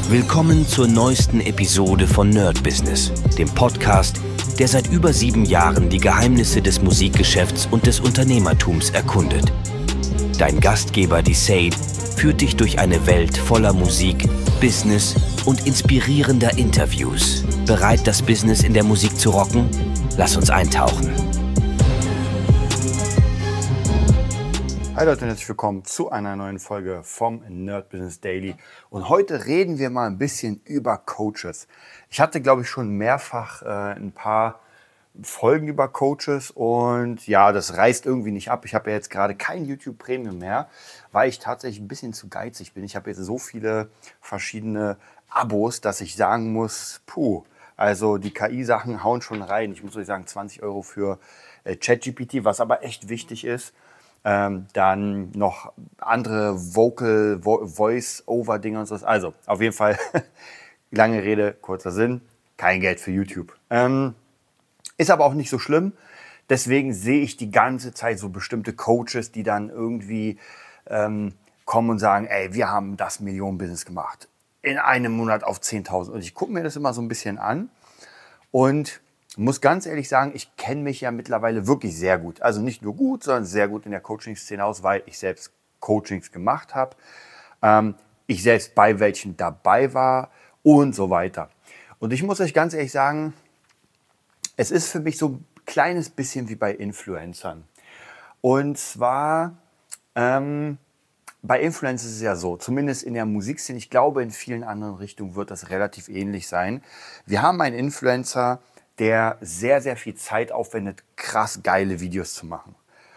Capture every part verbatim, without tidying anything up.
Willkommen zur neuesten Episode von Nerd Business, dem Podcast, der seit über sieben Jahren die Geheimnisse des Musikgeschäfts und des Unternehmertums erkundet. Dein Gastgeber Desaid führt dich durch eine Welt voller Musik, Business und inspirierender Interviews. Bereit, das Business in der Musik zu rocken? Lass uns eintauchen. Hi Leute und herzlich willkommen zu einer neuen Folge vom Nerd Business Daily. Und heute reden wir mal ein bisschen über Coaches. Ich hatte, glaube ich, schon mehrfach äh, ein paar Folgen über Coaches und ja, das reißt irgendwie nicht ab. Ich habe ja jetzt gerade kein YouTube Premium mehr, weil ich tatsächlich ein bisschen zu geizig bin. Ich habe jetzt so viele verschiedene Abos, dass ich sagen muss, puh, also die K I-Sachen hauen schon rein. Ich muss euch sagen, zwanzig Euro für äh, ChatGPT, was aber echt wichtig ist. Ähm, dann noch andere Vocal, Vo Voice-Over-Dinger und so. Also auf jeden Fall, lange Rede, kurzer Sinn, kein Geld für YouTube. Ähm, ist aber auch nicht so schlimm. Deswegen sehe ich die ganze Zeit so bestimmte Coaches, die dann irgendwie ähm, kommen und sagen, ey, wir haben das Millionen-Business gemacht. In einem Monat auf zehntausend. Und ich gucke mir das immer so ein bisschen an und muss ganz ehrlich sagen, ich kenne mich ja mittlerweile wirklich sehr gut. Also nicht nur gut, sondern sehr gut in der Coaching-Szene aus, weil ich selbst Coachings gemacht habe. Ähm, ich selbst bei welchen dabei war und so weiter. Und ich muss euch ganz ehrlich sagen, es ist für mich so ein kleines bisschen wie bei Influencern. Und zwar, ähm, bei Influencern ist es ja so, zumindest in der Musikszene, ich glaube in vielen anderen Richtungen wird das relativ ähnlich sein. Wir haben einen Influencer, der sehr, sehr viel Zeit aufwendet, krass geile Videos zu machen.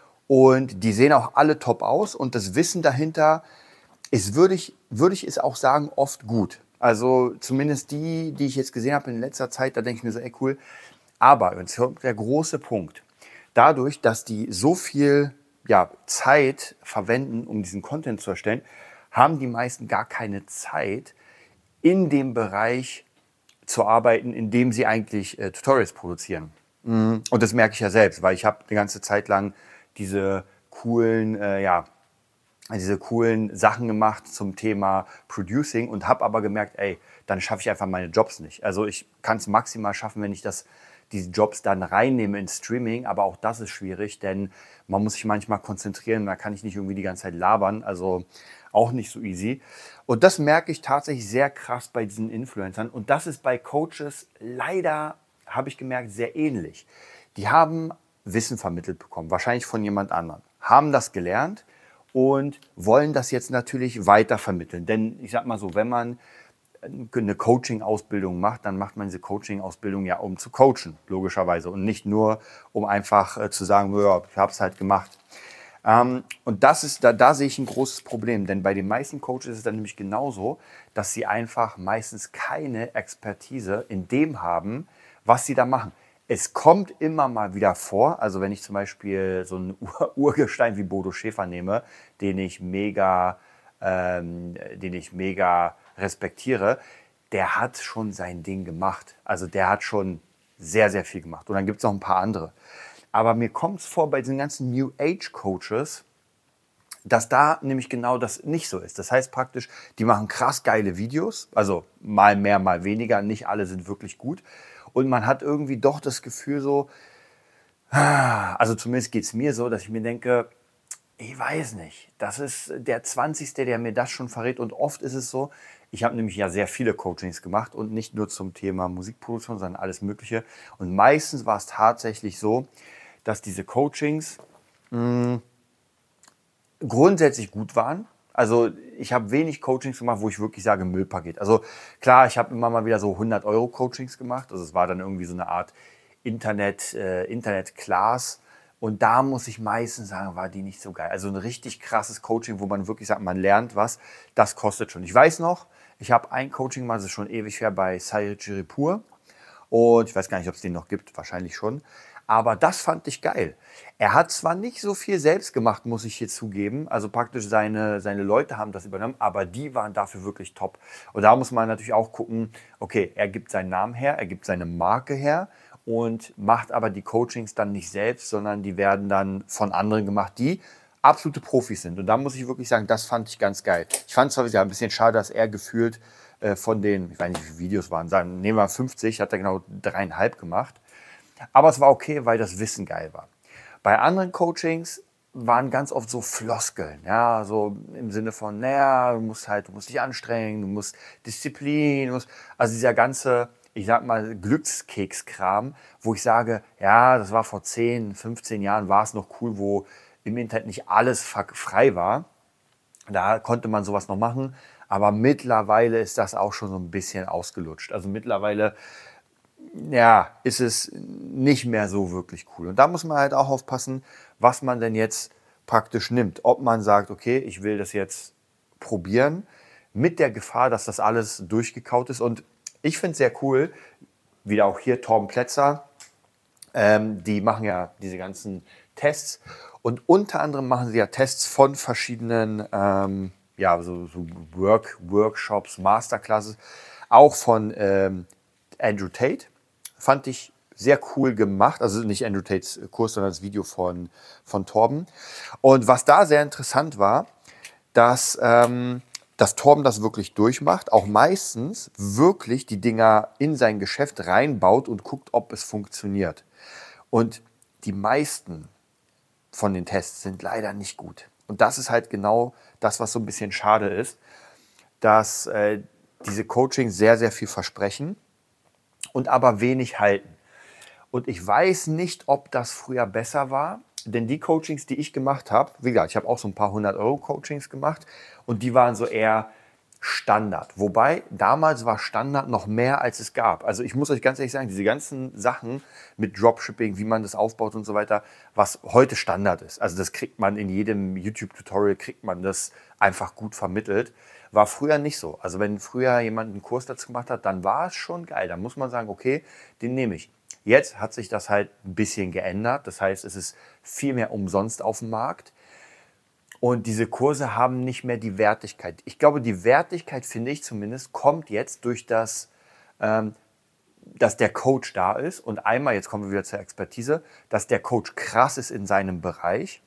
Und die sehen auch alle top aus und das Wissen dahinter ist, würde ich, würde ich es auch sagen, oft gut. Also zumindest die, die ich jetzt gesehen habe in letzter Zeit, da denke ich mir so, ey cool. Aber, und jetzt kommt der große Punkt, dadurch, dass die so viel ja, Zeit verwenden, um diesen Content zu erstellen, haben die meisten gar keine Zeit in dem Bereich zu arbeiten, indem sie eigentlich äh, Tutorials produzieren. Mhm. Und das merke ich ja selbst, weil ich habe eine ganze Zeit lang diese coolen, äh, ja, diese coolen Sachen gemacht zum Thema Producing und habe aber gemerkt, ey, dann schaffe ich einfach meine Jobs nicht. Also ich kann es maximal schaffen, wenn ich das, diese Jobs dann reinnehme ins Streaming, aber auch das ist schwierig, denn man muss sich manchmal konzentrieren, da kann ich nicht irgendwie die ganze Zeit labern, also auch nicht so easy. Und das merke ich tatsächlich sehr krass bei diesen Influencern und das ist bei Coaches leider, habe ich gemerkt, sehr ähnlich. Die haben Wissen vermittelt bekommen, wahrscheinlich von jemand anderem, haben das gelernt und wollen das jetzt natürlich weiter vermitteln. Denn ich sag mal so, wenn man eine Coaching-Ausbildung macht, dann macht man diese Coaching-Ausbildung ja, um zu coachen, logischerweise. Und nicht nur, um einfach äh, zu sagen, ja, ich habe es halt gemacht. Ähm, und das ist, da, da sehe ich ein großes Problem. Denn bei den meisten Coaches ist es dann nämlich genauso, dass sie einfach meistens keine Expertise in dem haben, was sie da machen. Es kommt immer mal wieder vor, also wenn ich zum Beispiel so einen Ur Urgestein wie Bodo Schäfer nehme, den ich mega, ähm, den ich mega respektiere, der hat schon sein Ding gemacht. Also der hat schon sehr, sehr viel gemacht. Und dann gibt es noch ein paar andere. Aber mir kommt es vor bei diesen ganzen New Age Coaches, dass da nämlich genau das nicht so ist. Das heißt praktisch, die machen krass geile Videos, also mal mehr, mal weniger, nicht alle sind wirklich gut. Und man hat irgendwie doch das Gefühl so, also zumindest geht es mir so, dass ich mir denke, ich weiß nicht, das ist der zwanzigste, der mir das schon verrät. Und oft ist es so, ich habe nämlich ja sehr viele Coachings gemacht und nicht nur zum Thema Musikproduktion, sondern alles Mögliche. Und meistens war es tatsächlich so, dass diese Coachings mh, grundsätzlich gut waren. Also ich habe wenig Coachings gemacht, wo ich wirklich sage Müllpaket. Also klar, ich habe immer mal wieder so hundert Euro Coachings gemacht. Also es war dann irgendwie so eine Art Internet, äh, Internet-Class. Und da muss ich meistens sagen, war die nicht so geil. Also ein richtig krasses Coaching, wo man wirklich sagt, man lernt was, das kostet schon. Ich weiß noch, ich habe ein Coaching mal, das ist schon ewig her, bei Sahir Chiripur. Und ich weiß gar nicht, ob es den noch gibt, wahrscheinlich schon. Aber das fand ich geil. Er hat zwar nicht so viel selbst gemacht, muss ich hier zugeben. Also praktisch seine, seine Leute haben das übernommen, aber die waren dafür wirklich top. Und da muss man natürlich auch gucken, okay, er gibt seinen Namen her, er gibt seine Marke her und macht aber die Coachings dann nicht selbst, sondern die werden dann von anderen gemacht, die absolute Profis sind. Und da muss ich wirklich sagen, das fand ich ganz geil. Ich fand es zwar ein bisschen schade, dass er gefühlt äh, von den, ich weiß nicht, wie viele Videos waren, sagen, nehmen wir fünfzig, hat er genau dreieinhalb gemacht. Aber es war okay, weil das Wissen geil war. Bei anderen Coachings waren ganz oft so Floskeln, ja, so im Sinne von, naja, du musst halt, du musst dich anstrengen, du musst Disziplin, du musst, also dieser ganze, ich sag mal, Glückskekskram, wo ich sage, ja, das war vor zehn, fünfzehn Jahren, war es noch cool, wo im Internet nicht alles frei war. Da konnte man sowas noch machen, aber mittlerweile ist das auch schon so ein bisschen ausgelutscht. Also mittlerweile, ja, ist es nicht mehr so wirklich cool. Und da muss man halt auch aufpassen, was man denn jetzt praktisch nimmt. Ob man sagt, okay, ich will das jetzt probieren, mit der Gefahr, dass das alles durchgekaut ist. Und ich finde es sehr cool, wieder auch hier Torben Plätzer, ähm, die machen ja diese ganzen Tests. Und unter anderem machen sie ja Tests von verschiedenen ähm, ja, so, so Work, Workshops, Masterclasses, auch von ähm, Andrew Tate. Fand ich sehr cool gemacht. Also nicht Andrew Tates Kurs, sondern das Video von, von Torben. Und was da sehr interessant war, dass, ähm, dass Torben das wirklich durchmacht, auch meistens wirklich die Dinger in sein Geschäft reinbaut und guckt, ob es funktioniert. Und die meisten von den Tests sind leider nicht gut. Und das ist halt genau das, was so ein bisschen schade ist, dass äh, diese Coachings sehr, sehr viel versprechen und aber wenig halten. Und ich weiß nicht, ob das früher besser war, denn die Coachings, die ich gemacht habe, wie gesagt, ich habe auch so ein paar hundert Euro Coachings gemacht und die waren so eher Standard. Wobei, damals war Standard noch mehr, als es gab. Also ich muss euch ganz ehrlich sagen, diese ganzen Sachen mit Dropshipping, wie man das aufbaut und so weiter, was heute Standard ist, also das kriegt man in jedem YouTube-Tutorial, kriegt man das einfach gut vermittelt, war früher nicht so. Also wenn früher jemand einen Kurs dazu gemacht hat, dann war es schon geil. Dann muss man sagen, okay, den nehme ich. Jetzt hat sich das halt ein bisschen geändert. Das heißt, es ist viel mehr umsonst auf dem Markt. Und diese Kurse haben nicht mehr die Wertigkeit. Ich glaube, die Wertigkeit, finde ich zumindest, kommt jetzt durch das, ähm, dass der Coach da ist. Und einmal, jetzt kommen wir wieder zur Expertise, dass der Coach krass ist in seinem Bereich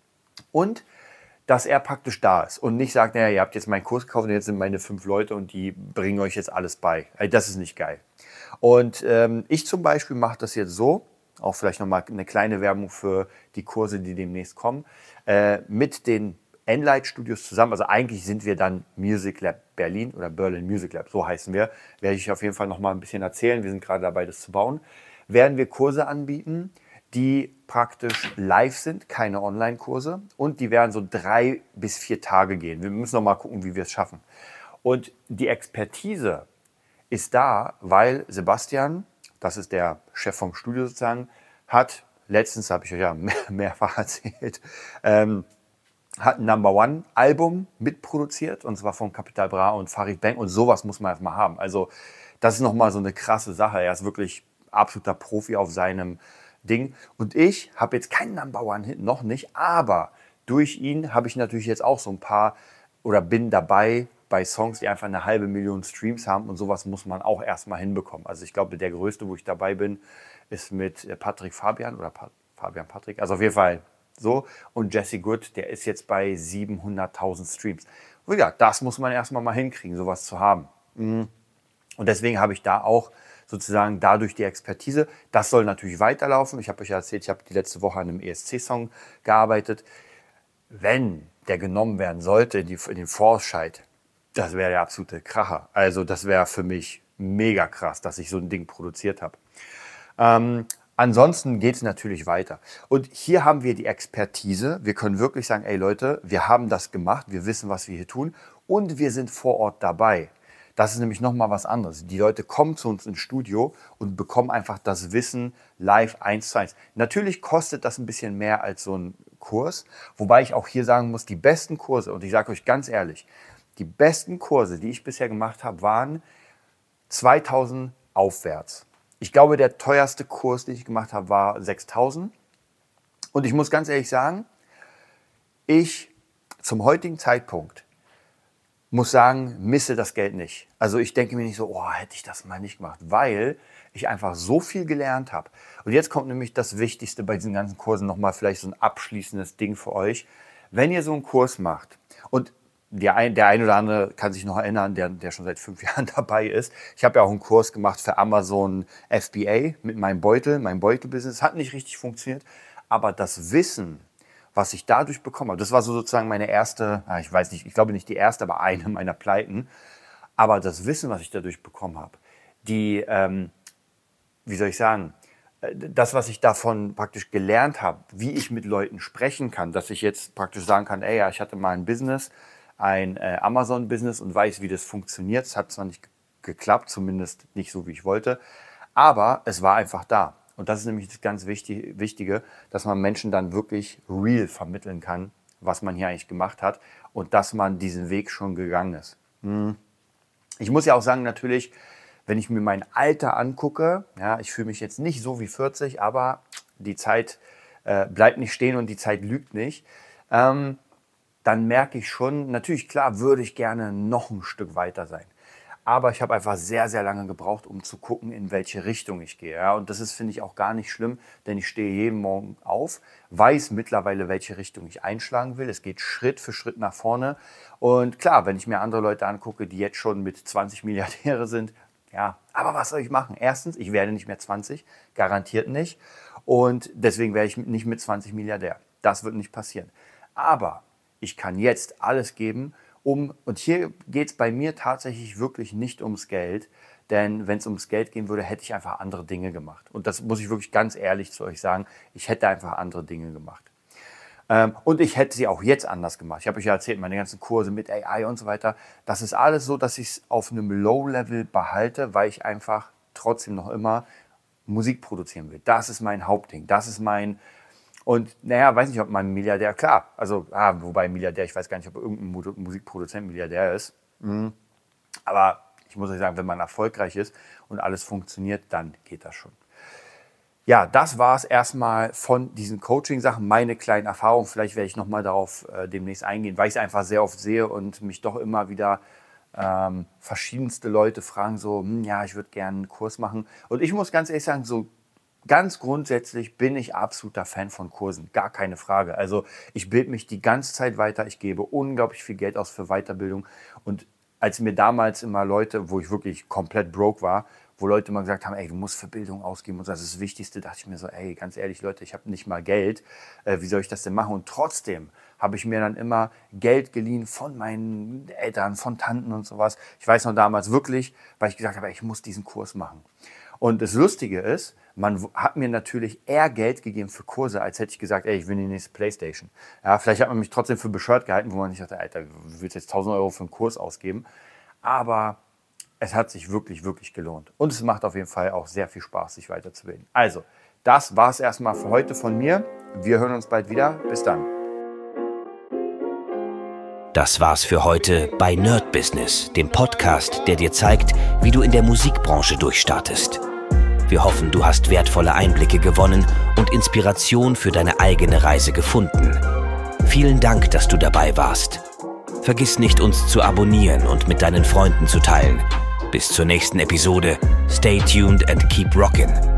und dass er praktisch da ist und nicht sagt, naja, ihr habt jetzt meinen Kurs gekauft und jetzt sind meine fünf Leute und die bringen euch jetzt alles bei. Das ist nicht geil. Und ähm, ich zum Beispiel mache das jetzt so, auch vielleicht nochmal eine kleine Werbung für die Kurse, die demnächst kommen, äh, mit den Enlight Studios zusammen. Also eigentlich sind wir dann Music Lab Berlin oder Berlin Music Lab, so heißen wir. Werde ich auf jeden Fall nochmal ein bisschen erzählen. Wir sind gerade dabei, das zu bauen. Werden wir Kurse anbieten, die praktisch live sind, keine Online-Kurse. Und die werden so drei bis vier Tage gehen. Wir müssen noch mal gucken, wie wir es schaffen. Und die Expertise ist da, weil Sebastian, das ist der Chef vom Studio sozusagen, hat, letztens habe ich euch ja mehr, mehrfach erzählt, ähm, hat ein Number One Album mitproduziert, und zwar von Capital Bra und Farid Bang. Und sowas muss man erstmal haben. Also das ist nochmal so eine krasse Sache. Er ist wirklich absoluter Profi auf seinem Ding. Und ich habe jetzt keinen Number One Hit, noch nicht, aber durch ihn habe ich natürlich jetzt auch so ein paar oder bin dabei bei Songs, die einfach eine halbe Million Streams haben, und sowas muss man auch erstmal hinbekommen. Also ich glaube, der größte, wo ich dabei bin, ist mit Patrick Fabian oder pa Fabian Patrick, also auf jeden Fall so. Und Jesse Good, der ist jetzt bei siebenhunderttausend Streams. Und ja, das muss man erstmal mal hinkriegen, sowas zu haben. Und deswegen habe ich da auch sozusagen dadurch die Expertise. Das soll natürlich weiterlaufen. Ich habe euch ja erzählt, ich habe die letzte Woche an einem E S C-Song gearbeitet. Wenn der genommen werden sollte in, die, in den Vorscheid, das wäre der absolute Kracher. Also das wäre für mich mega krass, dass ich so ein Ding produziert habe. Ähm, ansonsten geht es natürlich weiter. Und hier haben wir die Expertise. Wir können wirklich sagen, ey Leute, wir haben das gemacht, wir wissen, was wir hier tun und wir sind vor Ort dabei. Das ist nämlich nochmal was anderes. Die Leute kommen zu uns ins Studio und bekommen einfach das Wissen live eins zu eins. Natürlich kostet das ein bisschen mehr als so ein Kurs, wobei ich auch hier sagen muss, die besten Kurse, und ich sage euch ganz ehrlich, die besten Kurse, die ich bisher gemacht habe, waren zweitausend aufwärts. Ich glaube, der teuerste Kurs, den ich gemacht habe, war sechstausend. Und ich muss ganz ehrlich sagen, ich zum heutigen Zeitpunkt muss sagen, misse das Geld nicht. Also ich denke mir nicht so, oh, hätte ich das mal nicht gemacht, weil ich einfach so viel gelernt habe. Und jetzt kommt nämlich das Wichtigste bei diesen ganzen Kursen, nochmal vielleicht so ein abschließendes Ding für euch. Wenn ihr so einen Kurs macht, und der ein, der ein oder andere kann sich noch erinnern, der, der schon seit fünf Jahren dabei ist. Ich habe ja auch einen Kurs gemacht für Amazon F B A mit meinem Beutel, meinem Beutelbusiness. Hat nicht richtig funktioniert, aber das Wissen, was ich dadurch bekommen habe, das war so sozusagen meine erste, ich weiß nicht, ich glaube nicht die erste, aber eine meiner Pleiten. Aber das Wissen, was ich dadurch bekommen habe, die, ähm, wie soll ich sagen, das, was ich davon praktisch gelernt habe, wie ich mit Leuten sprechen kann, dass ich jetzt praktisch sagen kann, ey, ja, ich hatte mal ein Business, ein äh, Amazon-Business und weiß, wie das funktioniert. Es hat zwar nicht geklappt, zumindest nicht so, wie ich wollte, aber es war einfach da. Und das ist nämlich das ganz wichtig, Wichtige, dass man Menschen dann wirklich real vermitteln kann, was man hier eigentlich gemacht hat und dass man diesen Weg schon gegangen ist. Hm. Ich muss ja auch sagen, natürlich, wenn ich mir mein Alter angucke, ja, ich fühle mich jetzt nicht so wie vierzig, aber die Zeit äh, bleibt nicht stehen und die Zeit lügt nicht, ähm, dann merke ich schon, natürlich, klar, würde ich gerne noch ein Stück weiter sein. Aber ich habe einfach sehr, sehr lange gebraucht, um zu gucken, in welche Richtung ich gehe. Ja, und das ist, finde ich, auch gar nicht schlimm, denn ich stehe jeden Morgen auf, weiß mittlerweile, welche Richtung ich einschlagen will. Es geht Schritt für Schritt nach vorne. Und klar, wenn ich mir andere Leute angucke, die jetzt schon mit zwanzig Milliardäre sind, ja, aber was soll ich machen? Erstens, ich werde nicht mehr zwanzig, garantiert nicht. Und deswegen werde ich nicht mit zwanzig Milliardär. Das wird nicht passieren. Aber ich kann jetzt alles geben, um, und hier geht es bei mir tatsächlich wirklich nicht ums Geld, denn wenn es ums Geld gehen würde, hätte ich einfach andere Dinge gemacht. Und das muss ich wirklich ganz ehrlich zu euch sagen, ich hätte einfach andere Dinge gemacht. Ähm, und ich hätte sie auch jetzt anders gemacht. Ich habe euch ja erzählt, meine ganzen Kurse mit A I und so weiter, das ist alles so, dass ich es auf einem Low-Level behalte, weil ich einfach trotzdem noch immer Musik produzieren will. Das ist mein Hauptding, das ist mein... Und naja, weiß nicht, ob mein Milliardär, klar, also, ah, wobei Milliardär, ich weiß gar nicht, ob irgendein Musikproduzent Milliardär ist. Mhm. Aber ich muss euch sagen, wenn man erfolgreich ist und alles funktioniert, dann geht das schon. Ja, das war es erstmal von diesen Coaching-Sachen, meine kleinen Erfahrungen. Vielleicht werde ich nochmal darauf äh, demnächst eingehen, weil ich es einfach sehr oft sehe und mich doch immer wieder ähm, verschiedenste Leute fragen so, hm, ja, ich würde gerne einen Kurs machen. Und ich muss ganz ehrlich sagen, so ganz grundsätzlich bin ich absoluter Fan von Kursen, gar keine Frage. Also ich bilde mich die ganze Zeit weiter, ich gebe unglaublich viel Geld aus für Weiterbildung. Und als mir damals immer Leute, wo ich wirklich komplett broke war, wo Leute immer gesagt haben, ey, du musst für Bildung ausgeben und das ist das Wichtigste, dachte ich mir so, ey, ganz ehrlich, Leute, ich habe nicht mal Geld, äh, wie soll ich das denn machen? Und trotzdem habe ich mir dann immer Geld geliehen von meinen Eltern, von Tanten und sowas. Ich weiß noch damals wirklich, weil ich gesagt habe, ey, ich muss diesen Kurs machen. Und das Lustige ist, man hat mir natürlich eher Geld gegeben für Kurse, als hätte ich gesagt, ey, ich will die nächste Playstation. Ja, vielleicht hat man mich trotzdem für bescheuert gehalten, wo man nicht dachte, Alter, du willst jetzt tausend Euro für einen Kurs ausgeben. Aber es hat sich wirklich, wirklich gelohnt. Und es macht auf jeden Fall auch sehr viel Spaß, sich weiterzubilden. Also, das war es erstmal für heute von mir. Wir hören uns bald wieder. Bis dann. Das war's für heute bei Nerd Business, dem Podcast, der dir zeigt, wie du in der Musikbranche durchstartest. Wir hoffen, du hast wertvolle Einblicke gewonnen und Inspiration für deine eigene Reise gefunden. Vielen Dank, dass du dabei warst. Vergiss nicht, uns zu abonnieren und mit deinen Freunden zu teilen. Bis zur nächsten Episode. Stay tuned and keep rockin'.